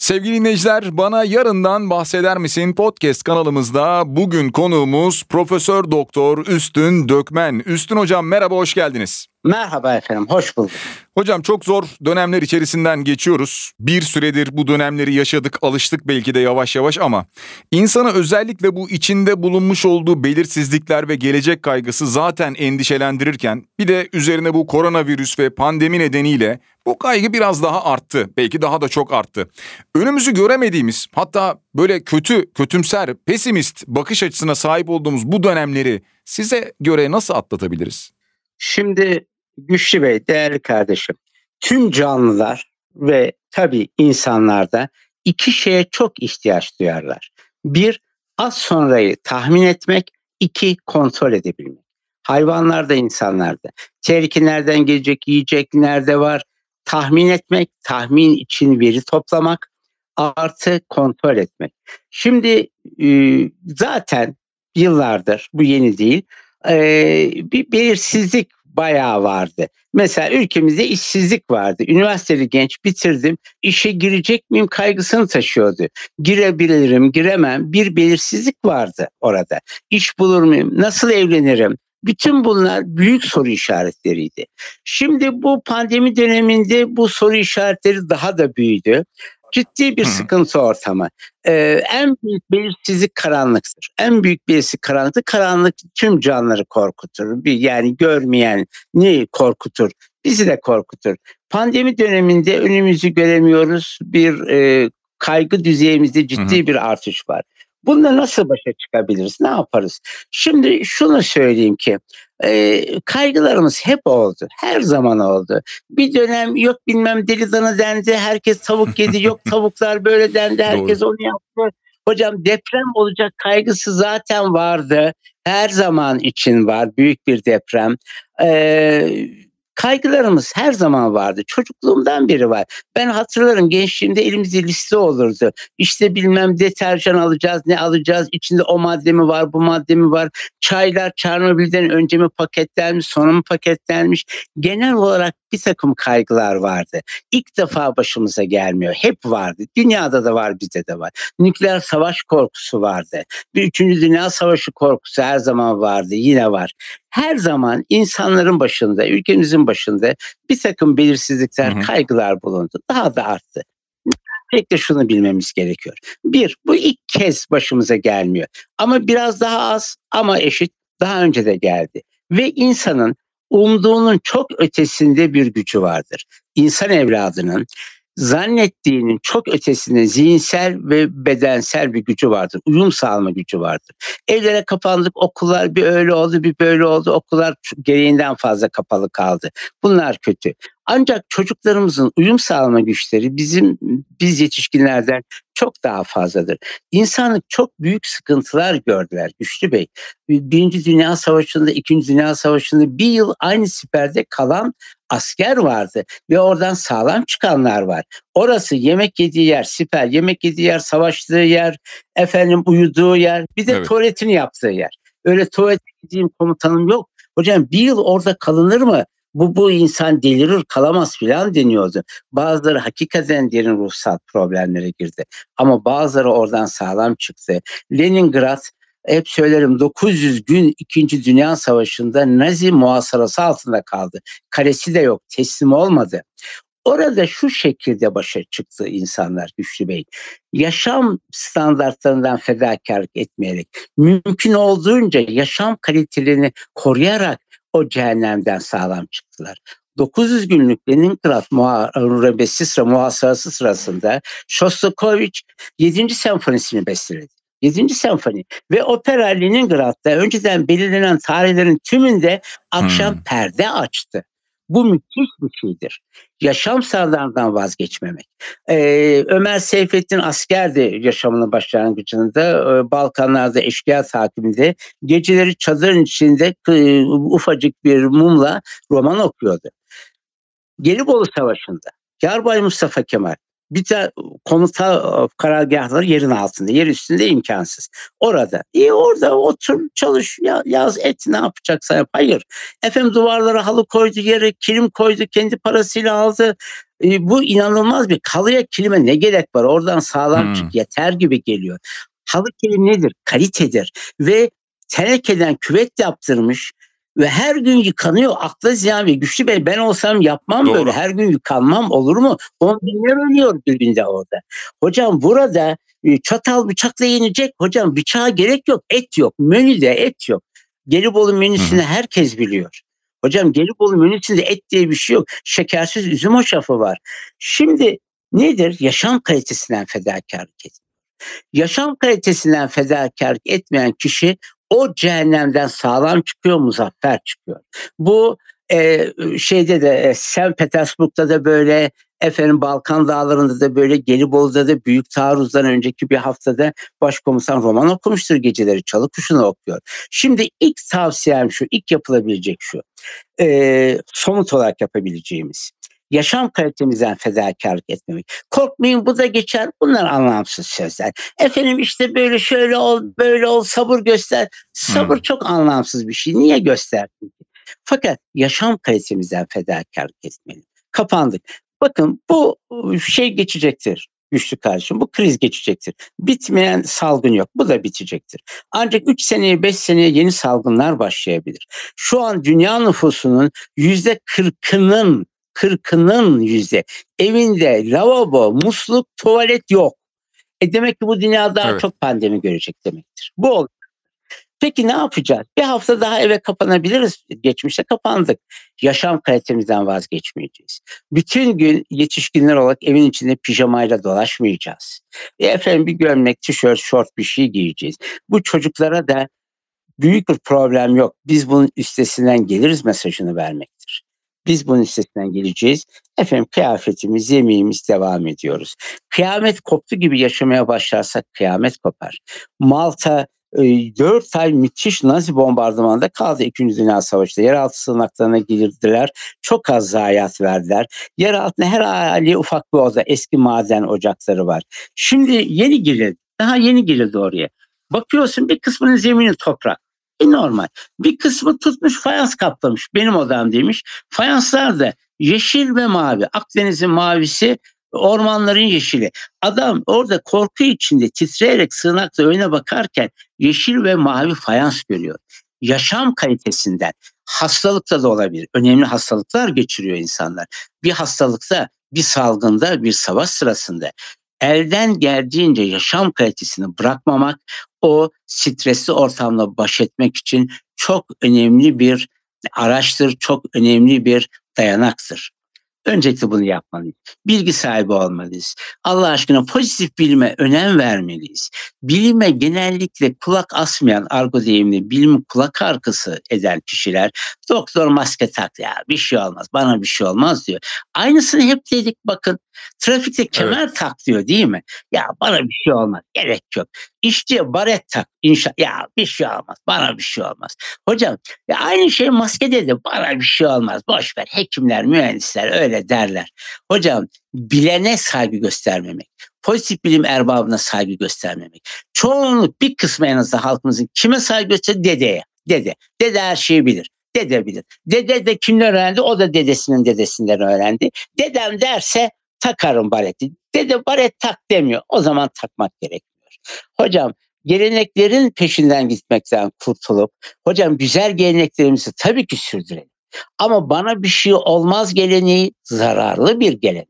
Sevgili dinleyiciler, Bana Yarından Bahseder Misin podcast kanalımızda bugün konuğumuz Profesör Doktor Üstün Dökmen. Üstün hocam merhaba, hoş geldiniz. Merhaba efendim, hoş bulduk. Hocam çok zor dönemler içerisinden geçiyoruz. Bir süredir bu dönemleri yaşadık, alıştık belki de yavaş yavaş ama insanı özellikle bu içinde bulunmuş olduğu belirsizlikler ve gelecek kaygısı zaten endişelendirirken bir de üzerine bu koronavirüs ve pandemi nedeniyle bu kaygı biraz daha arttı. Belki daha da çok arttı. Önümüzü göremediğimiz, hatta böyle kötümser, pesimist bakış açısına sahip olduğumuz bu dönemleri size göre nasıl atlatabiliriz? Şimdi Güçlü Bey, değerli kardeşim, tüm canlılar ve tabii insanlar da iki şeye çok ihtiyaç duyarlar. Bir, az sonrayı tahmin etmek, iki, kontrol edebilmek. Hayvanlarda, insanlarda. Tehlike nereden gelecek, yiyecek nerede var, tahmin etmek, tahmin için veri toplamak, artı kontrol etmek. Şimdi zaten yıllardır, bu yeni değil, bir belirsizlik bayağı vardı. Mesela ülkemizde işsizlik vardı. Üniversiteli genç bitirdim, işe girecek miyim kaygısını taşıyordu. Girebilirim, giremem, bir belirsizlik vardı orada. İş bulur muyum, nasıl evlenirim? Bütün bunlar büyük soru işaretleriydi. Şimdi bu pandemi döneminde bu soru işaretleri daha da büyüdü. Ciddi bir sıkıntı ortamı. En büyük belirsizlik karanlıktır. En büyük belirsizlik karanlıktır. Karanlık tüm canlıları korkutur. Yani görmeyen ne korkutur? Bizi de korkutur. Pandemi döneminde önümüzü göremiyoruz. Bir kaygı düzeyimizde ciddi bir artış var. Bununla nasıl başa çıkabiliriz? Ne yaparız? Şimdi şunu söyleyeyim ki kaygılarımız hep oldu. Her zaman oldu. Bir dönem yok bilmem deli dana dendi. Herkes tavuk yedi. Yok tavuklar böyle dendi. Herkes onu yaptı. Hocam deprem olacak kaygısı zaten vardı. Her zaman için var büyük bir deprem. Kaygılarımız her zaman vardı. Çocukluğumdan beri var. Ben hatırlarım, gençliğimde elimizde liste olurdu. İşte bilmem deterjan alacağız, ne alacağız, içinde o madde mi var, bu madde mi var, çaylar Çernobil'den önce mi paketlenmiş, sonra mı paketlenmiş. Genel olarak bir takım kaygılar vardı. İlk defa başımıza gelmiyor. Hep vardı. Dünyada da var, bizde de var. Nükleer savaş korkusu vardı. Bir 3. Dünya Savaşı korkusu her zaman vardı, yine var. Her zaman insanların başında, ülkemizin başında bir takım belirsizlikler, kaygılar bulundu. Daha da arttı. Tek de şunu bilmemiz gerekiyor. Bir, bu ilk kez başımıza gelmiyor. Ama biraz daha az ama eşit daha önce de geldi. Ve insanın umduğunun çok ötesinde bir gücü vardır. İnsan evladının zannettiğinin çok ötesinde zihinsel ve bedensel bir gücü vardır. Uyum sağlama gücü vardır. Evlere kapandık, okullar bir öyle oldu, bir böyle oldu. Okullar gereğinden fazla kapalı kaldı. Bunlar kötü. Ancak çocuklarımızın uyum sağlama güçleri biz yetişkinlerden çok daha fazladır. İnsanlık çok büyük sıkıntılar gördüler Güçlü Bey. Birinci Dünya Savaşı'nda, İkinci Dünya Savaşı'nda bir yıl aynı siperde kalan asker vardı ve oradan sağlam çıkanlar var. Orası yemek yediği yer, siper, yemek yediği yer, savaştığı yer, uyuduğu yer, bir de tuvaletini yaptığı yer. Öyle tuvalete gideyim komutanım yok. Hocam bir yıl orada kalınır mı? Bu insan delirir, kalamaz filan deniyordu. Bazıları hakikaten derin ruhsal problemlere girdi. Ama bazıları oradan sağlam çıktı. Leningrad, hep söylerim, 900 gün 2. Dünya Savaşı'nda Nazi muhasarası altında kaldı. Kalesi de yok, teslim olmadı. Orada şu şekilde başa çıktı insanlar Güçlü Bey. Yaşam standartlarından fedakarlık etmeyerek, mümkün olduğunca yaşam kalitelerini koruyarak o cehennemden sağlam çıktılar. 900 günlük Leningrad muhasarası sırasında Shostakovich 7. senfonisini besteledi. 7. senfoni ve opera Leningrad'da önceden belirlenen tarihlerin tümünde akşam perde açtı. Bu müthiş bir şeydir. Yaşam standartından vazgeçmemek. Ömer Seyfettin askerdi yaşamının başlangıcında. Balkanlarda eşkıya takibinde geceleri çadırın içinde ufacık bir mumla roman okuyordu. Gelibolu Savaşı'nda Yarbay Mustafa Kemal bir de komuta karargahları yerin altında, yer üstünde imkansız. Orada. Orada otur, çalış, yaz, et, ne yapacaksan yap. Hayır. Efendim duvarlara halı koydu, yere kilim koydu, kendi parasıyla aldı. Bu inanılmaz bir kalıya kilime ne gerek var? Oradan sağlam Hmm. çık yeter gibi geliyor. Halı kilim nedir? Kalitedir ve tenekeden küvet yaptırmış ve her gün yıkanıyor. Akla ziyan ve Güçlü Bey, ben olsam yapmam böyle. Doğru. Her gün yıkanmam, olur mu? On binler ölüyor bir günde orada. Hocam burada çatal bıçakla yenecek. Hocam bıçağa gerek yok. Et yok. Menüde et yok. Gelibolu menüsünü herkes biliyor. Hocam Gelibolu menüsünde et diye bir şey yok. Şekersiz üzüm hoşafı var. Şimdi nedir? Yaşam kalitesinden fedakarlık et. Yaşam kalitesinden fedakarlık etmeyen kişi o cehennemden sağlam çıkıyor, muzaffer çıkıyor. Bu şeyde de St. Petersburg'da da böyle, efendim Balkan dağlarında da böyle, Gelibolu'da da büyük taarruzdan önceki bir haftada başkomutan roman okumuştur geceleri, çalı kuşunu okuyor. Şimdi ilk tavsiyem şu, ilk yapılabilecek şu, somut olarak yapabileceğimiz. Yaşam kalitemizden fedakarlık etmemek. Korkmayın, bu da geçer. Bunlar anlamsız sözler. Efendim işte böyle şöyle ol, böyle ol, sabır göster. Sabır çok anlamsız bir şey. Niye gösterdin ki? Fakat yaşam kalitemizden fedakarlık etmeli. Kapandık. Bakın bu şey geçecektir Güçlü kardeşim. Bu kriz geçecektir. Bitmeyen salgın yok. Bu da bitecektir. Ancak 3 seneye 5 seneye yeni salgınlar başlayabilir. Şu an dünya nüfusunun %40'ının evinde lavabo, musluk, tuvalet yok. Demek ki bu dünya daha Evet. çok pandemi görecek demektir. Bu oldu. Peki ne yapacağız? Bir hafta daha eve kapanabiliriz. Geçmişte kapandık. Yaşam kalitemizden vazgeçmeyeceğiz. Bütün gün yetişkinler olarak evin içinde pijamayla dolaşmayacağız. Efendim bir gömlek, tişört, şort bir şey giyeceğiz. Bu çocuklara da büyük bir problem yok. Biz bunun üstesinden geliriz mesajını vermektir. Biz bunun üstesinden geleceğiz. Efendim kıyafetimiz, yemeğimiz devam ediyoruz. Kıyamet koptu gibi yaşamaya başlarsak kıyamet kopar. Malta 4 ay müthiş Nazi bombardımanında kaldı 2. Dünya Savaşı'nda. Yeraltı sığınaklarına girdiler. Çok az zayiat verdiler. Yer altında her hali ufak bir oda. Eski maden ocakları var. Şimdi yeni girildi. Daha yeni girildi oraya. Bakıyorsun bir kısmının zemini toprak. Normal. Bir kısmı tutmuş fayans kaplamış. Benim odam demiş. Fayanslar da yeşil ve mavi. Akdeniz'in mavisi, ormanların yeşili. Adam orada korku içinde titreyerek sığınakta öne bakarken yeşil ve mavi fayans görüyor. Yaşam kalitesinden, hastalıkta da olabilir. Önemli hastalıklar geçiriyor insanlar. Bir hastalıkta, bir salgında, bir savaş sırasında elden geldiğince yaşam kalitesini bırakmamak, o stresli ortamla baş etmek için çok önemli bir araçtır, çok önemli bir dayanaktır. Öncelikle bunu yapmalıyız. Bilgi sahibi olmalıyız. Allah aşkına pozitif bilime önem vermeliyiz. Bilime genellikle kulak asmayan, argo deyimli bilimi kulak arkası eden kişiler, doktor maske tak ya bir şey olmaz, bana bir şey olmaz diyor. Aynısını hep dedik, bakın trafikte kemer tak diyor değil mi? Ya bana bir şey olmaz, gerek yok. İşçiye baret tak, ya bir şey olmaz, bana bir şey olmaz. Hocam ya aynı şey maskede de, bana bir şey olmaz, boş ver, hekimler, mühendisler öyle derler. Hocam bilene saygı göstermemek, pozitif bilim erbabına saygı göstermemek. Çoğunluk, bir kısmı en azından halkımızın kime saygı gösterir? Dedeye. Dede. Dede her şeyi bilir. Dede bilir. Dede de kimden öğrendi? O da dedesinin dedesinden öğrendi. Dedem derse takarım bareti. Dede baret tak demiyor. O zaman takmak gerekmiyor. Hocam geleneklerin peşinden gitmekten kurtulup, hocam güzel geleneklerimizi tabii ki sürdürelim. Ama bana bir şey olmaz geleneği zararlı bir gelenek.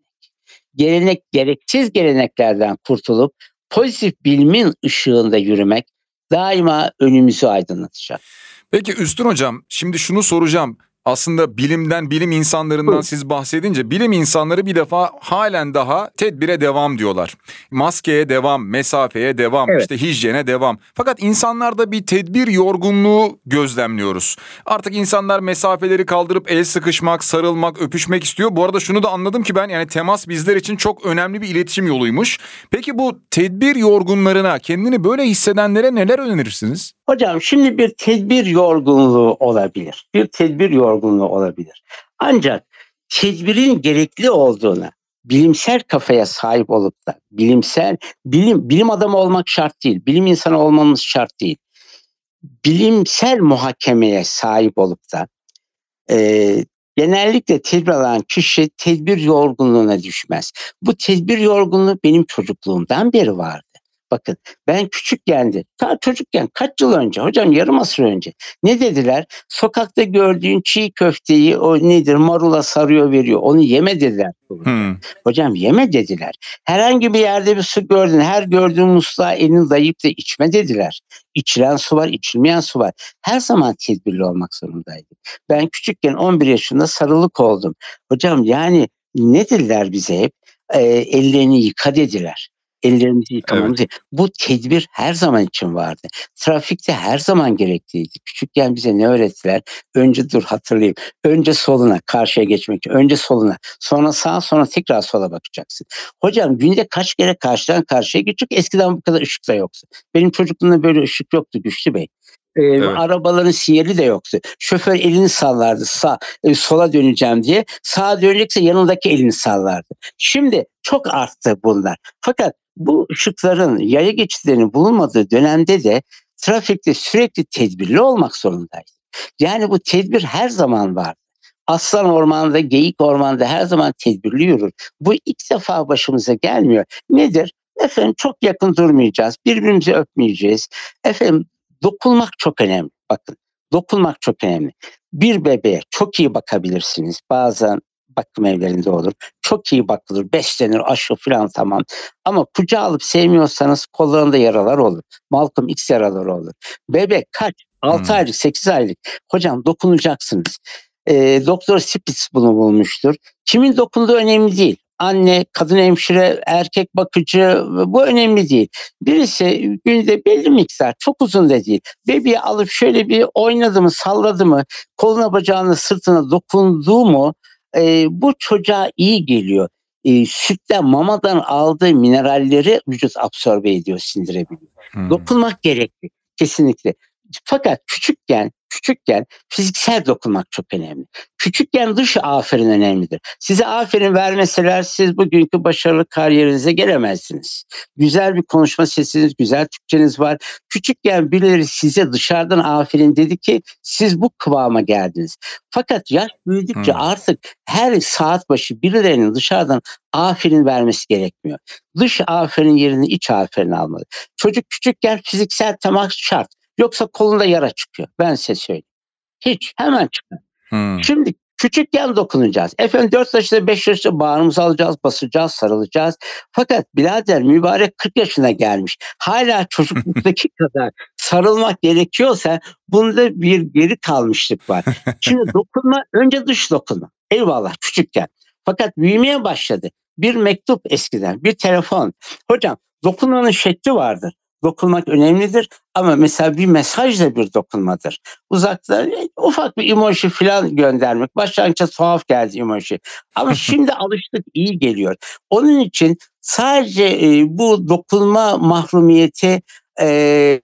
Gereksiz geleneklerden kurtulup pozitif bilimin ışığında yürümek daima önümüzü aydınlatacak. Peki Üstün Hocam, şimdi şunu soracağım. Aslında bilimden, bilim insanlarından siz bahsedince bilim insanları bir defa halen daha tedbire devam diyorlar. Maskeye devam, mesafeye devam, Evet. işte hijyene devam. Fakat insanlarda bir tedbir yorgunluğu gözlemliyoruz. Artık insanlar mesafeleri kaldırıp el sıkışmak, sarılmak, öpüşmek istiyor. Bu arada şunu da anladım ki ben, yani temas bizler için çok önemli bir iletişim yoluymuş. Peki bu tedbir yorgunlarına, kendini böyle hissedenlere neler önerirsiniz? Hocam şimdi bir tedbir yorgunluğu olabilir. Bir tedbir yorgunluğu olabilir. Ancak tedbirin gerekli olduğuna bilimsel kafaya sahip olup da bilim adamı olmak şart değil. Bilim insanı olmamız şart değil. Bilimsel muhakemeye sahip olup da genellikle tedbir alan kişi tedbir yorgunluğuna düşmez. Bu tedbir yorgunluğu benim çocukluğumdan beri vardı. Bakın ben küçükken çocukken kaç yıl önce hocam yarım asır önce ne dediler? Sokakta gördüğün çiğ köfteyi o nedir marula sarıyor veriyor onu yeme dediler. Hocam yeme dediler. Herhangi bir yerde bir su gördün her gördüğün musluğa elini dayayıp da içme dediler. İçilen su var içilmeyen su var. Her zaman tedbirli olmak zorundaydık. Ben küçükken 11 yaşında sarılık oldum. Hocam yani ne dediler bize hep? Ellerini yıka dediler. Ellerimizi yıkamamız. Evet. Bu tedbir her zaman için vardı. Trafikte her zaman gerekliydi. Küçükken bize ne öğrettiler? Önce dur hatırlayayım. Önce soluna karşıya geçmek için. Önce soluna. Sonra sağa sonra tekrar sola bakacaksın. Hocam günde kaç kere karşıdan karşıya geçecek? Eskiden bu kadar ışık da yoktu. Benim çocukluğumda böyle ışık yoktu Güçlü Bey. Evet. Arabaların sinyali de yoktu. Şoför elini sallardı sola döneceğim diye. Sağa dönecekse yanındaki elini sallardı. Şimdi çok arttı bunlar. Fakat bu ışıkların yaya geçitlerinin bulunmadığı dönemde de trafikte sürekli tedbirli olmak zorundayız. Yani bu tedbir her zaman var. Aslan ormanda, geyik ormanda her zaman tedbirli yürür. Bu ilk defa başımıza gelmiyor. Nedir? Efendim çok yakın durmayacağız. Birbirimizi öpmeyeceğiz. Efendim dokunmak çok önemli. Bakın dokunmak çok önemli. Bir bebeğe çok iyi bakabilirsiniz. Bazen bakım evlerinde olur. Çok iyi bakılır, beslenir, aşı falan tamam. Ama kucağa alıp sevmiyorsanız kollarında yaralar olur. Malcolm X yaraları olur. Bebek kaç? 6 aylık, 8 aylık. Hocam dokunacaksınız. Doktor Spitz bunu bulmuştur. Kimin dokunduğu önemli değil. Anne, kadın hemşire, erkek bakıcı bu önemli değil. Birisi günde belli miktar çok uzun da değil. Bebeği alıp şöyle bir oynadı mı salladı mı koluna bacağına sırtına dokundu mu bu çocuğa iyi geliyor. Sütten mamadan aldığı mineralleri vücut absorbe ediyor sindirebiliyor. Dokunmak gerekli kesinlikle. Fakat küçükken fiziksel dokunmak çok önemli. Küçükken dış aferin önemlidir. Size aferin vermeseler siz bugünkü başarılı kariyerinize gelemezsiniz. Güzel bir konuşma sesiniz, güzel Türkçeniz var. Küçükken birileri size dışarıdan aferin dedi ki siz bu kıvama geldiniz. Fakat yaş büyüdükçe artık her saat başı birilerinin dışarıdan aferin vermesi gerekmiyor. Dış aferin yerini iç aferin almalı. Çocuk küçükken fiziksel temas şart. Yoksa kolunda yara çıkıyor. Ben size söyleyeyim. Hiç hemen çıkıyor. Şimdi küçükken dokunacağız. Efendim 4 yaşında 5 yaşında bağrımızı alacağız, basacağız, sarılacağız. Fakat birader mübarek 40 yaşına gelmiş. Hala çocukluktaki kadar sarılmak gerekiyorsa bunda bir geri kalmışlık var. Şimdi dokunma önce dış dokunma. Eyvallah küçükken. Fakat büyümeye başladı. Bir mektup eskiden, bir telefon. Hocam dokunmanın şekli vardır. Dokunmak önemlidir ama mesela bir mesaj da bir dokunmadır. Uzakta ufak bir emoji falan göndermek. Başlangıçta tuhaf geldi emoji. Ama şimdi alıştık iyi geliyor. Onun için sadece bu dokunma mahrumiyeti e,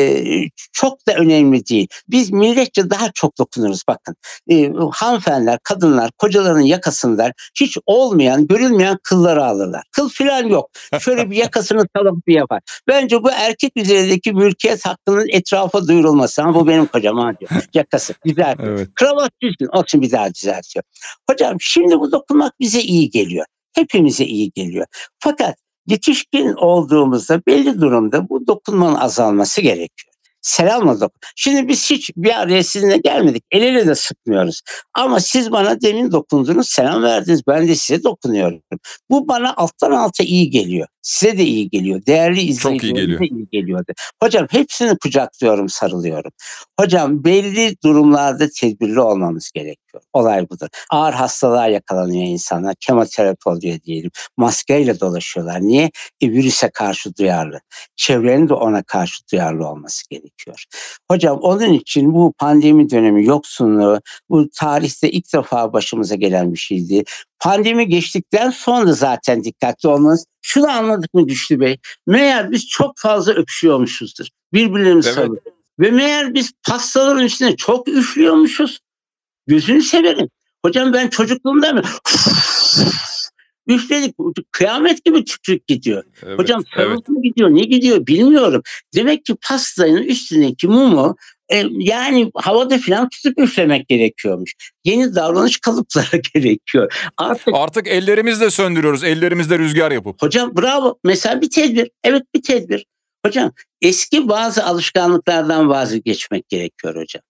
çok da önemli değil. Biz milletçe daha çok dokunuruz bakın. Hanımefendiler, kadınlar kocalarının yakasından hiç olmayan, görülmeyen kılları alırlar. Kıl filan yok. Şöyle bir yakasını talıp bir yapar. Bence bu erkek üzerindeki mülkiyet hakkının etrafa duyurulması. Ama bu benim kocam diyor. Yakası güzel. Evet. Kravat düzgün. Olsun bir daha düzeltiyor. Hocam şimdi bu dokunmak bize iyi geliyor. Hepimize iyi geliyor. Fakat yetişkin olduğumuzda belli durumda bu dokunmanın azalması gerekiyor. Selamla dokun. Şimdi biz hiç bir araya sizinle gelmedik. El ele de sıkmıyoruz. Ama siz bana demin dokundunuz, selam verdiniz. Ben de size dokunuyorum. Bu bana alttan alta iyi geliyor. Size de iyi geliyor. Değerli izleyicilerimize de iyi geliyordu. Hocam hepsini kucaklıyorum, sarılıyorum. Hocam belli durumlarda tedbirli olmamız gerekiyor. Olay budur. Ağır hastalığa yakalanıyor insanlar. Kemoterapi oluyor diyelim. Maskeyle dolaşıyorlar. Niye? Virüse karşı duyarlı. Çevrenin de ona karşı duyarlı olması gerekiyor. Hocam onun için bu pandemi dönemi yoksunluğu bu tarihte ilk defa başımıza gelen bir şeydi. Pandemi geçtikten sonra zaten dikkatli olmanız. Şunu anladık mı Güçlü Bey? Meğer biz çok fazla öpüşüyormuşuzdur. Birbirlerimizi sarılır. Ve meğer biz pastaların üstüne çok üflüyormuşuz. Gözünü severim. Hocam ben çocukluğumda mı? Üfledik. Kıyamet gibi tükürük gidiyor. Hocam sarılık mı gidiyor? Ne gidiyor bilmiyorum. Demek ki pastanın üstündeki mumu Yani havada falan tutup üflemek gerekiyormuş. Yeni davranış kalıpları gerekiyor. Artık ellerimizle söndürüyoruz. Ellerimizle rüzgar yapıp. Hocam bravo. Mesela bir tedbir. Evet, bir tedbir. Hocam eski bazı alışkanlıklardan vazgeçmek gerekiyor hocam.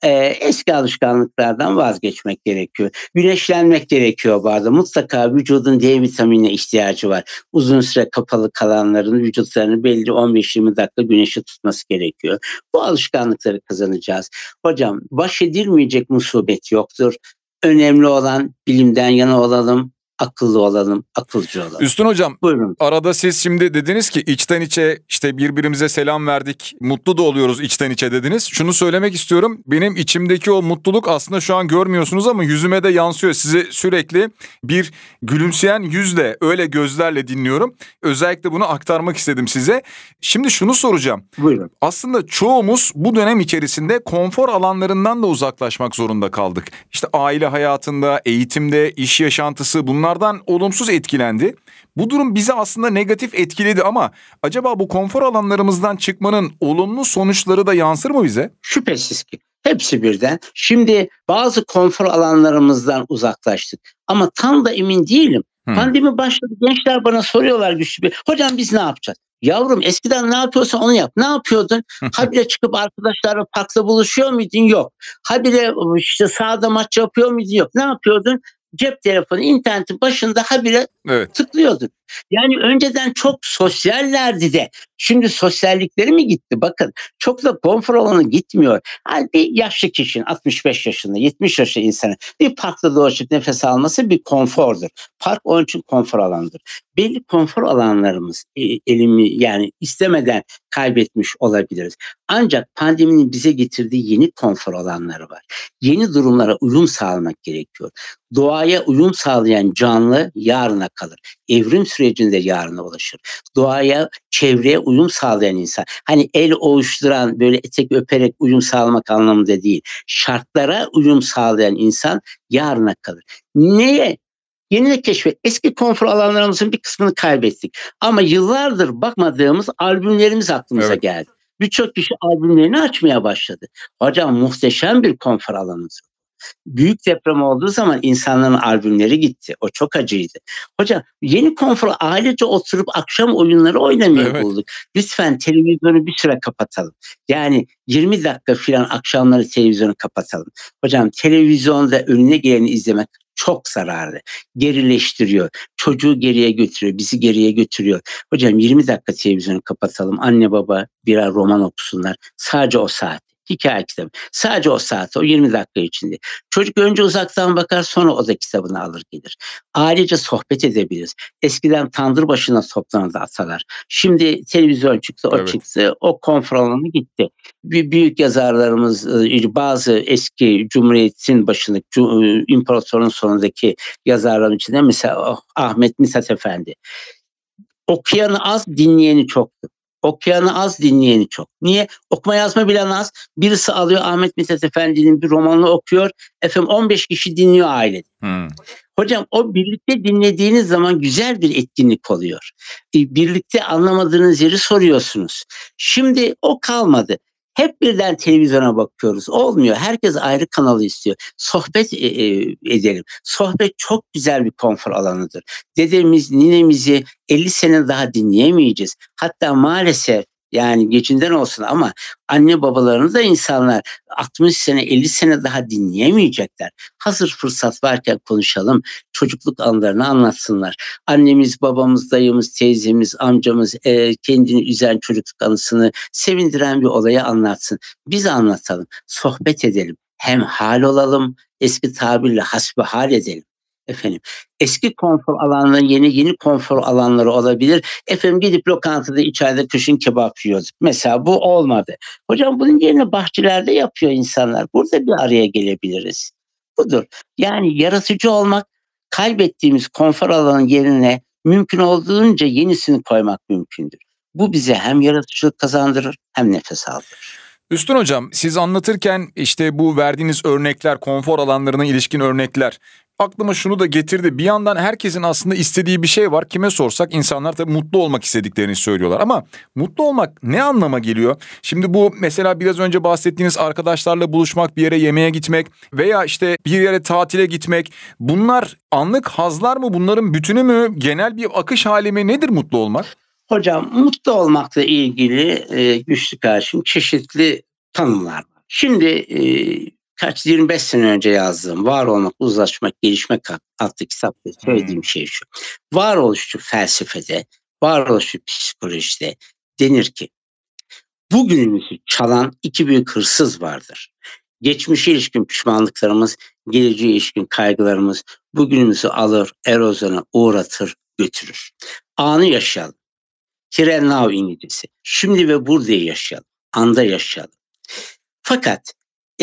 Eski alışkanlıklardan vazgeçmek gerekiyor. Güneşlenmek gerekiyor bazen. Mutlaka vücudun D vitaminine ihtiyacı var. Uzun süre kapalı kalanların vücutlarını belli 15-20 dakika güneşe tutması gerekiyor. Bu alışkanlıkları kazanacağız. Hocam baş edilmeyecek musibet yoktur. Önemli olan bilimden yana olalım, akıllı olalım, akılcı olalım. Üstün hocam, Buyurun. arada siz şimdi dediniz ki içten içe işte birbirimize selam verdik, mutlu da oluyoruz içten içe dediniz. Şunu söylemek istiyorum, benim içimdeki o mutluluk aslında şu an görmüyorsunuz ama yüzüme de yansıyor. Sizi sürekli bir gülümseyen yüzle, öyle gözlerle dinliyorum. Özellikle bunu aktarmak istedim size. Şimdi şunu soracağım. Buyurun. Aslında çoğumuz bu dönem içerisinde konfor alanlarından da uzaklaşmak zorunda kaldık. İşte aile hayatında, eğitimde, iş yaşantısı bunlardan olumsuz etkilendi. Bu durum bizi aslında negatif etkiledi ama acaba bu konfor alanlarımızdan çıkmanın olumlu sonuçları da yansır mı bize? Şüphesiz ki. Hepsi birden. Şimdi bazı konfor alanlarımızdan uzaklaştık. Ama tam da emin değilim. Pandemi başladı. Gençler bana soruyorlar güçlü bir. Hocam biz ne yapacağız? Yavrum eskiden ne yapıyorsan onu yap. Ne yapıyordun? Habire çıkıp arkadaşlarla parkta buluşuyor muydun? Yok. Habire işte sahada maç yapıyor muydun? Yok. Ne yapıyordun? Cep telefonu, internetin başında habire Evet. tıklıyordun. Yani önceden çok sosyallerdi de. Şimdi sosyallikleri mi gitti? Bakın çok da konfor alanı gitmiyor. Yani bir yaşlı kişinin 65 yaşında, 70 yaşında insanın bir parkta dolaşıp nefes alması bir konfordur. Park onun için konfor alanıdır. Belli konfor alanlarımız yani istemeden kaybetmiş olabiliriz. Ancak pandeminin bize getirdiği yeni konfor alanları var. Yeni durumlara uyum sağlamak gerekiyor. Doğaya uyum sağlayan canlı yarına kalır. Evrim sürecinde yarına ulaşır. Doğaya, çevreye uyum sağlayan insan. Hani el ovuşturan, böyle etek öperek uyum sağlamak anlamında değil. Şartlara uyum sağlayan insan yarına kalır. Neye? Yeni keşfet. Eski konfor alanlarımızın bir kısmını kaybettik. Ama yıllardır bakmadığımız albümlerimiz aklımıza geldi. Birçok kişi albümlerini açmaya başladı. Hocam muhteşem bir konfor alanımız. Büyük deprem olduğu zaman insanların albümleri gitti. O çok acıydı. Hocam yeni konfor, ailece oturup akşam oyunları oynamayı bulduk. Lütfen televizyonu bir süre kapatalım. Yani 20 dakika falan akşamları televizyonu kapatalım. Hocam televizyonda önüne geleni izlemek çok zararlı. Gerileştiriyor. Çocuğu geriye götürüyor. Bizi geriye götürüyor. Hocam 20 dakika televizyonu kapatalım. Anne baba birer roman okusunlar. Sadece o saat. Hikaye kitabı. Sadece o saat, o 20 dakika içinde. Çocuk önce uzaktan bakar, sonra o da kitabını alır gelir. Ailece sohbet edebiliriz. Eskiden tandır başına toplanırdı atalar. Şimdi televizyon çıktı, o çıktı. O konfor alanı gitti. Büyük yazarlarımız, bazı eski Cumhuriyet'in başındaki, imparatorun sonundaki yazarların içinde mesela Ahmet Mithat Efendi. Okuyanı az, dinleyeni çoktu. Okuyanı az, dinleyeni çok. Niye? Okuma yazma bilen az. Birisi alıyor Ahmet Mithat Efendi'nin bir romanını okuyor. 15 kişi dinliyor ailede. Hocam o birlikte dinlediğiniz zaman güzel bir etkinlik oluyor. Birlikte anlamadığınız yeri soruyorsunuz. Şimdi o kalmadı. Hep birden televizyona bakıyoruz. Olmuyor. Herkes ayrı kanalı istiyor. Sohbet edelim. Sohbet çok güzel bir konfor alanıdır. Dedemiz, ninemizi 50 sene daha dinleyemeyeceğiz. Hatta maalesef yani geçinden olsun ama anne babalarını da insanlar 60 sene 50 sene daha dinleyemeyecekler. Hazır fırsat varken konuşalım. Çocukluk anılarını anlatsınlar. Annemiz, babamız, dayımız, teyzemiz, amcamız kendini üzen çocukluk anısını sevindiren bir olayı anlatsın. Biz anlatalım. Sohbet edelim. Hem hal olalım, eski tabirle hasbihal edelim. Eski konfor alanları yeni konfor alanları olabilir. Gidip lokantada içeride kışın kebap yiyoruz. Mesela bu olmadı. Hocam bunun yerine bahçelerde yapıyor insanlar. Burada bir araya gelebiliriz. Budur. Yani yaratıcı olmak, kaybettiğimiz konfor alanının yerine mümkün olduğunca yenisini koymak mümkündür. Bu bize hem yaratıcılık kazandırır hem nefes aldırır. Üstün hocam, siz anlatırken işte bu verdiğiniz örnekler, konfor alanlarına ilişkin örnekler aklıma şunu da getirdi. Bir yandan herkesin aslında istediği bir şey var. Kime sorsak insanlar tabii mutlu olmak istediklerini söylüyorlar. Ama mutlu olmak ne anlama geliyor? Şimdi bu mesela biraz önce bahsettiğiniz arkadaşlarla buluşmak, bir yere yemeğe gitmek veya işte bir yere tatile gitmek. Bunlar anlık hazlar mı? Bunların bütünü mü? Genel bir akış hali mi? Nedir mutlu olmak? Hocam mutlu olmakla ilgili güçlü karşım çeşitli tanımlar var. Şimdi 25 sene önce yazdığım Var Olmak, Uzlaşmak, Gelişmek adlı kitapta söylediğim şey şu. Varoluşçu felsefede, varoluşçu psikolojide denir ki bugünümüzü çalan iki büyük hırsız vardır. Geçmişe ilişkin pişmanlıklarımız, geleceğe ilişkin kaygılarımız bugünümüzü alır, erozyona uğratır, götürür. Anı yaşayalım. Here and now İngilizcesi. Şimdi ve burada yaşayalım. Anda yaşayalım. Fakat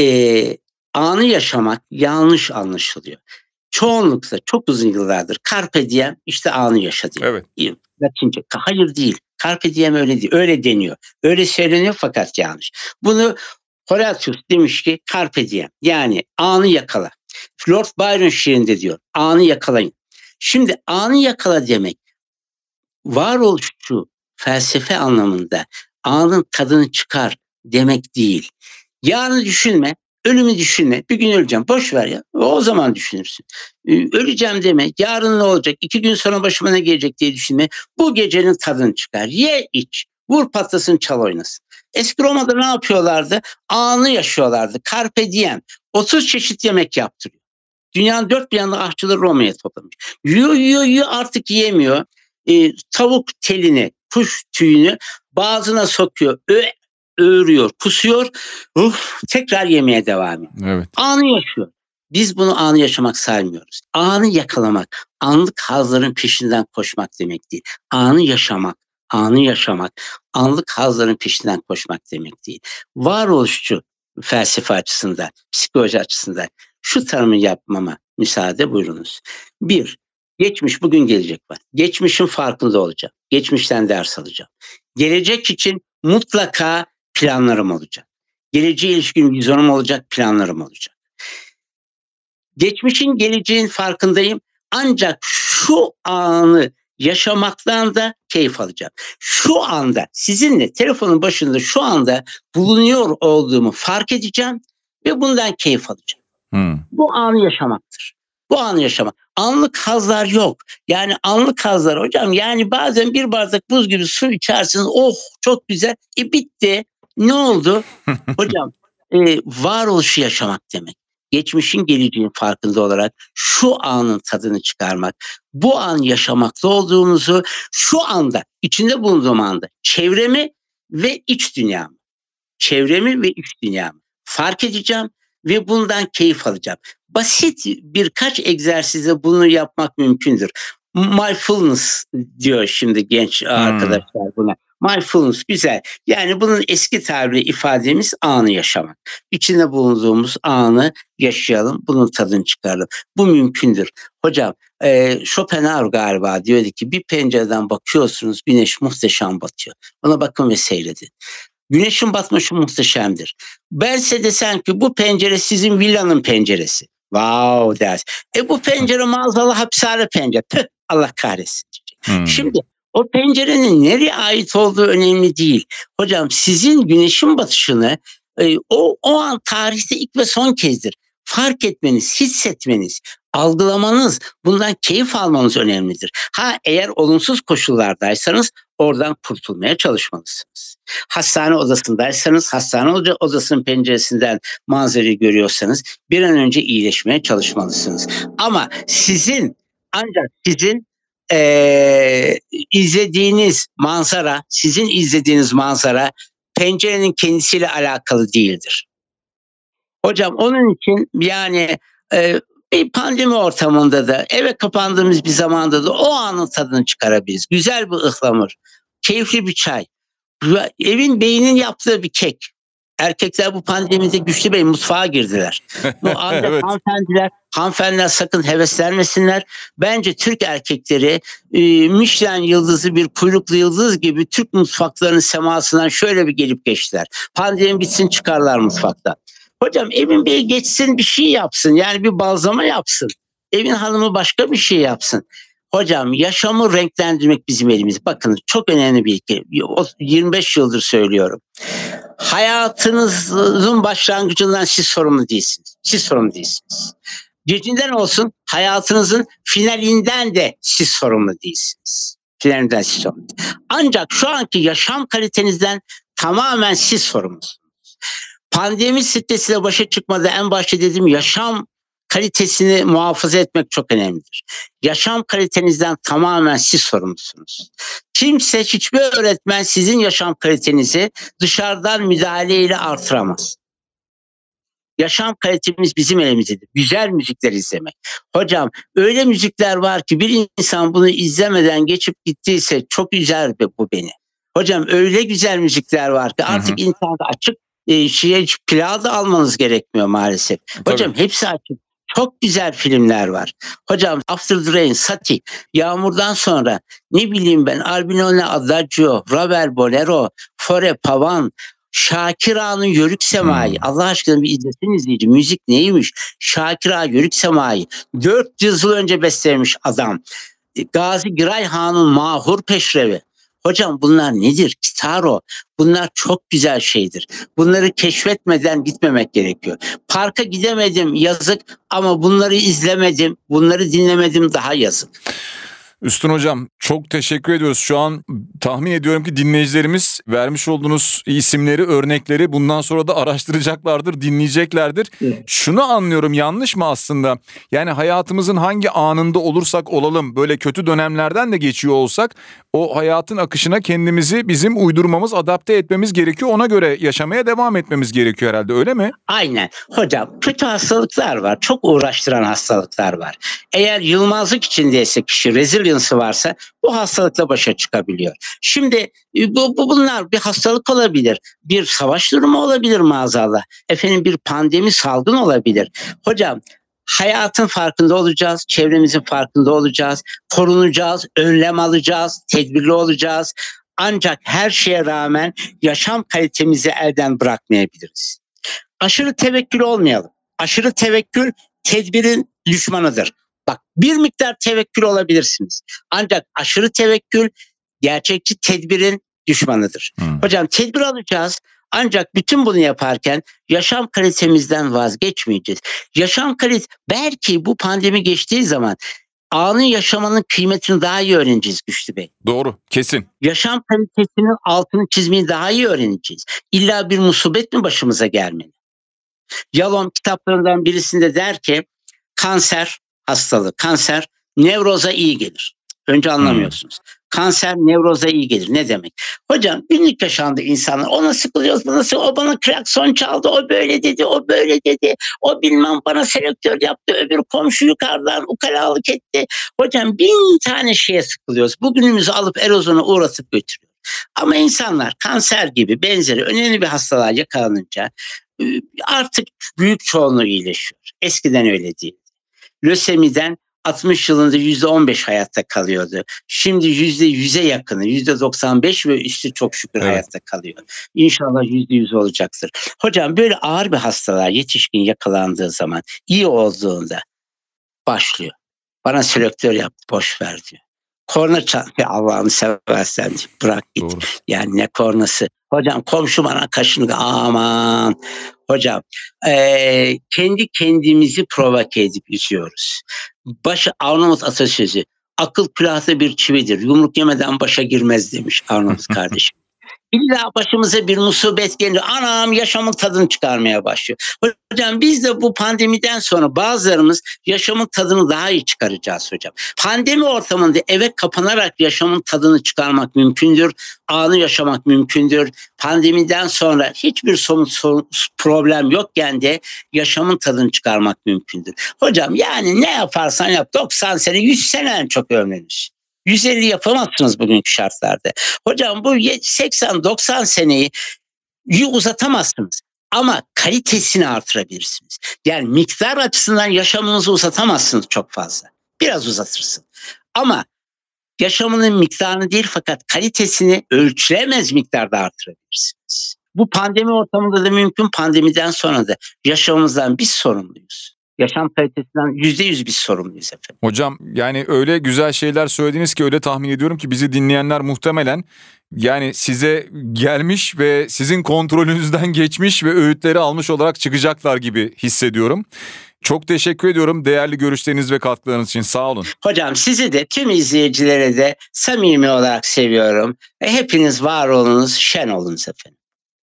anı yaşamak yanlış anlaşılıyor. Çoğunlukla çok uzun yıllardır carpe diem işte anı yaşa diyor. Evet. Latince. Hayır değil. Carpe diem öyle değil. Öyle deniyor. Öyle söyleniyor fakat yanlış. Bunu Horatius demiş ki carpe diem. Yani anı yakala. Lord Byron şiirinde diyor. Anı yakalayın. Şimdi anı yakala demek varoluşçu felsefe anlamında anın tadını çıkar demek değil. Yarını düşünme, ölümü düşünme. Bir gün öleceğim, boş ver ya. O zaman düşünürsün. Öleceğim deme, yarın ne olacak, 2 gün sonra başıma ne gelecek diye düşünme. Bu gecenin tadını çıkar. Ye iç, vur patlasın çal oynasın. Eski Roma'da ne yapıyorlardı? Anı yaşıyorlardı. Carpe diem. 30 çeşit yemek yaptırıyor. Dünyanın dört bir yanında aşçıları Roma'ya toplamış. Yiyor artık yiyemiyor. Tavuk telini, kuş tüyünü boğazına sokuyor, öğürüyor, kusuyor, tekrar yemeye devam ediyor. Evet. Anı yaşıyor. Biz bunu anı yaşamak saymıyoruz. Anı yakalamak, anlık hazların peşinden koşmak demek değil. Anı yaşamak, anlık hazların peşinden koşmak demek değil. Varoluşçu felsefe açısından, psikoloji açısından şu tanımı yapmama müsaade buyurunuz. 1. Geçmiş, bugün, gelecek var. Geçmişin farkında olacağım. Geçmişten ders alacağım. Gelecek için mutlaka planlarım olacak. Geleceğe ilişkin vizyonum olacak, planlarım olacak. Geçmişin, geleceğin farkındayım. Ancak şu anı yaşamaktan da keyif alacağım. Şu anda sizinle telefonun başında şu anda bulunuyor olduğumu fark edeceğim ve bundan keyif alacağım. Bu anı yaşamaktır. Bu anı yaşamak. Anlık hazlar yok. Yani anlık hazlar hocam, yani bazen bir bardak buz gibi su içersiniz. Oh çok güzel. Bitti. Ne oldu? Hocam varoluşu yaşamak demek. Geçmişin, geleceğin farkında olarak şu anın tadını çıkarmak. Bu an yaşamakta olduğumuzu şu anda, içinde bulunduğum anda çevremi ve iç dünyamı. Çevremi ve iç dünyamı fark edeceğim ve bundan keyif alacağım. Basit birkaç egzersizle bunu yapmak mümkündür. Mindfulness diyor şimdi genç arkadaşlar buna. Mindfulness güzel. Yani bunun eski tabiriyle ifademiz anı yaşamak. İçinde bulunduğumuz anı yaşayalım, bunun tadını çıkaralım. Bu mümkündür. Hocam Schopenhauer galiba diyordu ki bir pencereden bakıyorsunuz, güneş muhteşem batıyor. Ona bakın ve seyredin. Güneşin batması muhteşemdir. Bense desem ki bu pencere sizin villanın penceresi. Wow ders. Bu pencere mağazalı hapishane pencere. Püh, Allah kahretsin diyecek. Şimdi o pencerenin nereye ait olduğu önemli değil. Hocam sizin güneşin batışını o an tarihte ilk ve son kezdir fark etmeniz, hissetmeniz, algılamanız, bundan keyif almanız önemlidir. Eğer olumsuz koşullardaysanız oradan kurtulmaya çalışmalısınız. Hastane odasındaysanız, hastane odasının penceresinden manzarayı görüyorsanız bir an önce iyileşmeye çalışmalısınız. Ama ancak sizin izlediğiniz manzara pencerenin kendisiyle alakalı değildir. Hocam onun için yani bir pandemi ortamında da eve kapandığımız bir zamanda da o anın tadını çıkarabiliriz. Güzel bir ıhlamur, keyifli bir çay, evin beyinin yaptığı bir kek. Erkekler bu pandemide Güçlü Bey mutfağa girdiler. Bu Evet. hanımefendiler sakın heveslenmesinler. Bence Türk erkekleri Michelin yıldızı bir kuyruklu yıldız gibi Türk mutfaklarının semasından şöyle bir gelip geçtiler. Pandemi bitsin çıkarlar mutfakta. Hocam Emin Bey geçsin bir şey yapsın, yani bir balzama yapsın. Evin hanımı başka bir şey yapsın. Hocam yaşamı renklendirmek bizim elimizde. Bakın çok önemli bir ilke. 25 yıldır söylüyorum. Hayatınızın başlangıcından siz sorumlu değilsiniz. Siz sorumlu değilsiniz. Gecinden olsun hayatınızın finalinden de siz sorumlu değilsiniz. Finalinden siz sorumlu. Ancak şu anki yaşam kalitenizden tamamen siz sorumlusunuz. Pandemi stresiyle başa çıkmada en başta dediğim yaşam kalitesini muhafaza etmek çok önemlidir. Yaşam kalitenizden tamamen siz sorumlusunuz. Kimse, hiçbir öğretmen sizin yaşam kalitenizi dışarıdan müdahaleyle artıramaz. Yaşam kalitemiz bizim elimizdedir. Güzel müzikler izlemek. Hocam öyle müzikler var ki bir insan bunu izlemeden geçip gittiyse çok üzer bu beni. Hocam öyle güzel müzikler var ki artık internette açık plağı da almanız gerekmiyor maalesef. Hocam hepsi açık. Çok güzel filmler var. Hocam After the Rain, Satie, Yağmurdan Sonra, ne bileyim ben, Albinone Adagio, Ravel Bolero, Fore Pavan, Şakir Ağa'nın Yörük Semai. Allah aşkına bir izlesin izleyici. Müzik neymiş? Şakir Ağa Yörük Semai. 400 yıl önce bestelemiş adam. Gazi Giray Han'ın Mahur Peşrevi. Hocam bunlar nedir? Kitaro. Bunlar çok güzel şeydir. Bunları keşfetmeden gitmemek gerekiyor. Parka gidemedim yazık ama bunları izlemedim, bunları dinlemedim daha yazık. Üstün Hocam çok teşekkür ediyoruz. Şu an tahmin ediyorum ki dinleyicilerimiz vermiş olduğunuz isimleri, örnekleri bundan sonra da araştıracaklardır, dinleyeceklerdir. Evet. Şunu anlıyorum, yanlış mı aslında? Yani hayatımızın hangi anında olursak olalım, böyle kötü dönemlerden de geçiyor olsak o hayatın akışına kendimizi bizim uydurmamız, adapte etmemiz gerekiyor. Ona göre yaşamaya devam etmemiz gerekiyor herhalde, öyle mi? Aynen. Hocam kötü hastalıklar var. Çok uğraştıran hastalıklar var. Eğer yılmazlık içindeyse kişi, resilience'ı varsa bu hastalıkla başa çıkabiliyor. Şimdi bunlar bir hastalık olabilir. Bir savaş durumu olabilir maazallah. Efendim bir pandemi, salgın olabilir. Hocam hayatın farkında olacağız, çevremizin farkında olacağız, korunacağız, önlem alacağız, tedbirli olacağız. Ancak her şeye rağmen yaşam kalitemizi elden bırakmayabiliriz. Aşırı tevekkül olmayalım. Aşırı tevekkül tedbirin düşmanıdır. Bak bir miktar tevekkül olabilirsiniz. Ancak aşırı tevekkül gerçekçi tedbirin düşmanıdır. Hocam tedbir alacağız. Ancak bütün bunu yaparken yaşam kalitemizden vazgeçmeyeceğiz. Yaşam kalitesi belki bu pandemi geçtiği zaman anın yaşamanın kıymetini daha iyi öğreneceğiz Güçlü Bey. Doğru, kesin. Yaşam kalitesinin altını çizmeyi daha iyi öğreneceğiz. İlla bir musibet mi başımıza gelmeli? Yalom kitaplarından birisinde der ki kanser hastalığı, kanser nevroza iyi gelir. Önce anlamıyorsunuz. Kanser nevroza iyi gelir. Ne demek? Hocam günlük yaşamda insanlar ona sıkılıyoruz, o bana klakson çaldı, o böyle dedi, o böyle dedi, o bilmem bana selektör yaptı, öbür komşu yukarıdan ukalalık etti. Hocam 1000 tane şeye sıkılıyoruz. Bugünümüzü alıp erozyona uğratıp götürüyor. Ama insanlar kanser gibi benzeri önemli bir hastalığa yakalanınca artık büyük çoğunluğu iyileşiyor. Eskiden öyle değil. Lösemiden 60 yılında %15 hayatta kalıyordu. Şimdi %100'e yakını, %95 ve üstü çok şükür hayatta kalıyor. İnşallah %100 olacaktır. Hocam böyle ağır bir hastalığa yetişkin yakalandığı zaman iyi olduğunda başlıyor. Bana selektör yaptı, boş ver diyor. Korna çal, Allah'ını seversen bırak git. Doğru. Yani ne kornası? Hocam komşu bana kaşındı, aman. Hocam kendi kendimizi provoke edip üzüyoruz. Arnavut atasözü, akıl külahta bir çividir, yumruk yemeden başa girmez demiş Arnavut kardeşim. İlla başımıza bir musibet geliyor. Anam yaşamın tadını çıkarmaya başlıyor. Hocam biz de bu pandemiden sonra bazılarımız yaşamın tadını daha iyi çıkaracağız hocam. Pandemi ortamında eve kapanarak yaşamın tadını çıkarmak mümkündür. Anı yaşamak mümkündür. Pandemiden sonra hiçbir somut problem yokken de yaşamın tadını çıkarmak mümkündür. Hocam yani ne yaparsan yap 90 sene 100 sene en çok ömrünüz. 150 yapamazsınız bugünkü şartlarda. Hocam bu 80-90 seneyi uzatamazsınız. Ama kalitesini artırabilirsiniz. Yani miktar açısından yaşamınızı uzatamazsınız çok fazla. Biraz uzatırsın. Ama yaşamının miktarını değil fakat kalitesini ölçülemez miktarda artırabilirsiniz. Bu pandemi ortamında da mümkün, pandemiden sonra da yaşamımızdan biz sorumluyuz. Yaşam kalitesinden %100 biz sorumluyuz efendim. Hocam yani öyle güzel şeyler söylediniz ki öyle tahmin ediyorum ki bizi dinleyenler muhtemelen yani size gelmiş ve sizin kontrolünüzden geçmiş ve öğütleri almış olarak çıkacaklar gibi hissediyorum. Çok teşekkür ediyorum değerli görüşleriniz ve katkılarınız için. Sağ olun. Hocam sizi de tüm izleyicilere de samimi olarak seviyorum. Hepiniz var olunuz, şen olunuz efendim.